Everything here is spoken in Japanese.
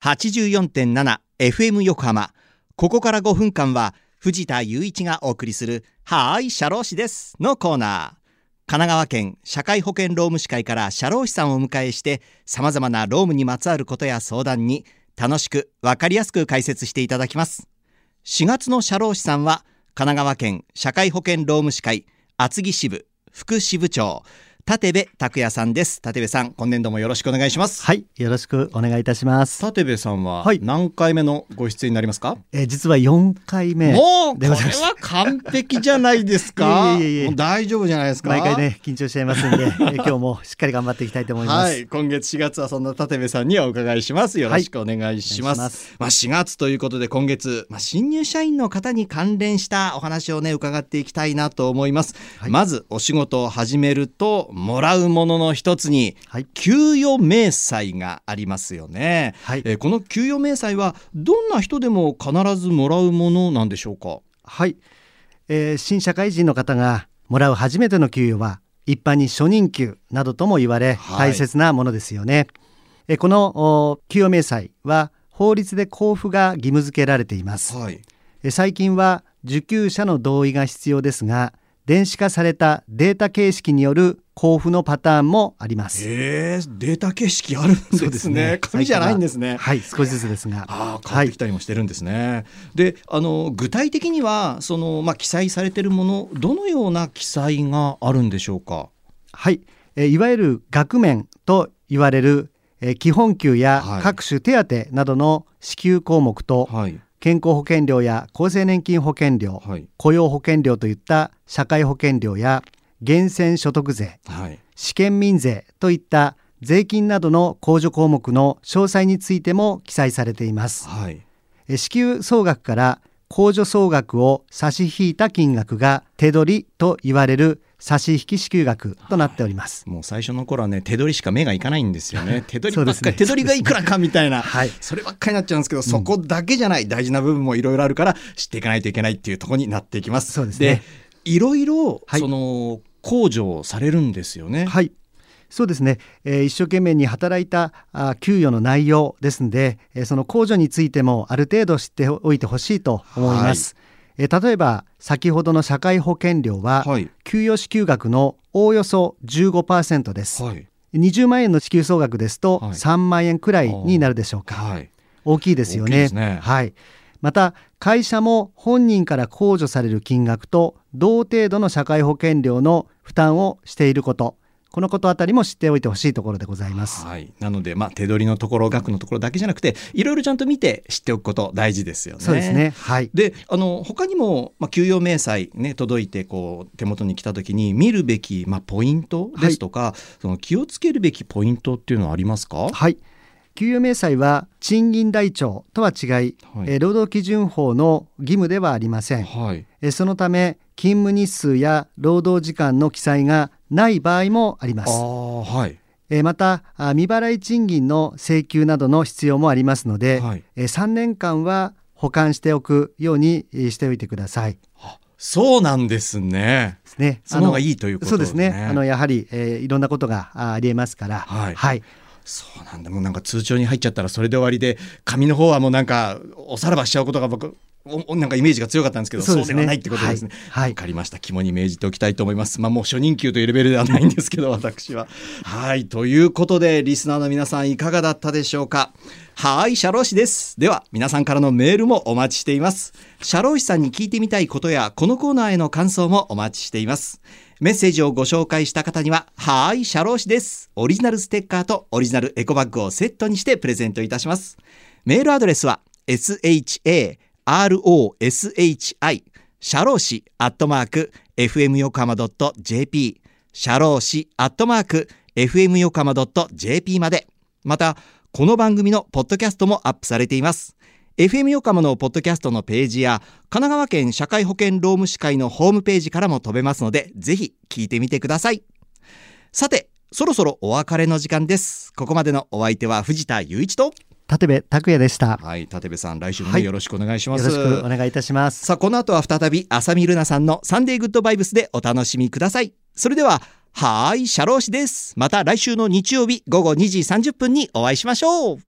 84.7FM 横浜。ここから5分間は藤田雄一がお送りするはーい社労士ですのコーナー。神奈川県社会保険労務士会から社労士さんをお迎えして、様々な労務にまつわることや相談に楽しく分かりやすく解説していただきます。4月の社労士さんは神奈川県社会保険労務士会厚木支部副支部長立部拓也さんです。立部さん、今年度もよろしくお願いします。 はい、よろしくお願いいたします。 立部さんは何回目のご出演になりますか？ 実は4回目。 もうこれは完璧じゃないですか？もう大丈夫じゃないですか？ 毎回ね緊張しちゃいますんで今日もしっかり頑張っていきたいと思います。 はい、今月4月はそんな立部さんにお伺いします。よろしくお願いします。4月ということで今月、新入社員の方に関連したお話をね伺っていきたいなと思います。まずお仕事を始めるともらうものの一つに、給与明細がありますよね。この給与明細はどんな人でも必ずもらうものなんでしょうか？ はい、新社会人の方がもらう初めての給与は一般に初任給などとも言われ、大切なものですよね。この給与明細は法律で交付が義務付けられています。最近は受給者の同意が必要ですが、電子化されたデータ形式による交付のパターンもあります。 データ形式あるんですね。紙じゃないんですね。 はい、少しずつですが変わってきたりもしてるんですね。で、具体的には記載されているもの、どのような記載があるんでしょうか？ はい、いわゆる額面と言われる基本給や各種手当などの支給項目と、健康保険料や厚生年金保険料、雇用保険料といった社会保険料や源泉所得税、試験民税といった税金などの控除項目の詳細についても記載されています。支給総額から控除総額を差し引いた金額が手取りと言われる差し引き支給額となっております。 もう最初の頃はね、手取りしか目がいかないんですよね。手取りばっかり、手取りがいくらかみたいな、そればっかりになっちゃうんですけど、そこだけじゃない大事な部分もいろいろあるから知っていかないといけないっていうところになっていきます。 そうですね。 で、いろいろ控除されるんですよね。 はい、そうですね。一生懸命に働いた給与の内容ですので、その控除についてもある程度知っておいてほしいと思います。例えば先ほどの社会保険料は、給与支給額のおおよそ 15% です。20万円の支給総額ですと、3万円くらいになるでしょうか。大きいですよね。大きいですね。また会社も本人から控除される金額と同程度の社会保険料の負担をしていること、このことあたりも知っておいてほしいところでございます。 なので、手取りのところ、額のところだけじゃなくて、いろいろちゃんと見て知っておくこと大事ですよね。 そうですね。 で、他にも、給与明細、届いて手元に来た時に見るべき、ポイントですとか、その気をつけるべきポイントっていうのはありますか？ 給与明細は賃金台帳とは違い、労働基準法の義務ではありません。そのため勤務日数や労働時間の記載がない場合もあります。また未払い賃金の請求などの必要もありますので、3年間は保管しておくようにしておいてください。 そうなんですね。その方がいいということですね。 そうですね。やはり、いろんなことがありえますから。 そうなんだ。もうなんか通帳に入っちゃったらそれで終わりで、紙の方はもうなんかおさらばしちゃうことが僕なんかイメージが強かったんですけど、そうではないってことですね。わかりました。肝に銘じておきたいと思います。もう初任給というレベルではないんですけど私は。ということでリスナーの皆さんいかがだったでしょうか？社労士です。では皆さんからのメールもお待ちしています。社労士さんに聞いてみたいことやこのコーナーへの感想もお待ちしています。メッセージをご紹介した方には社労士ですオリジナルステッカーとオリジナルエコバッグをセットにしてプレゼントいたします。メールアドレスは sharoshi 社労士@fm 横浜 .jp 社労士@fm 横浜 .jp まで。またこの番組のポッドキャストもアップされています。FM 横浜のポッドキャストのページや神奈川県社会保険労務士会のホームページからも飛べますので、ぜひ聞いてみてください。さて、そろそろお別れの時間です。ここまでのお相手は藤田雄一と立部拓也でした。 立部さん、来週もよろしくお願いします。 よろしくお願いいたします。 さあ、この後は再び浅見ルナさんのサンデーグッドバイブスでお楽しみください。それでは社労士です。また来週の日曜日午後2時30分にお会いしましょう。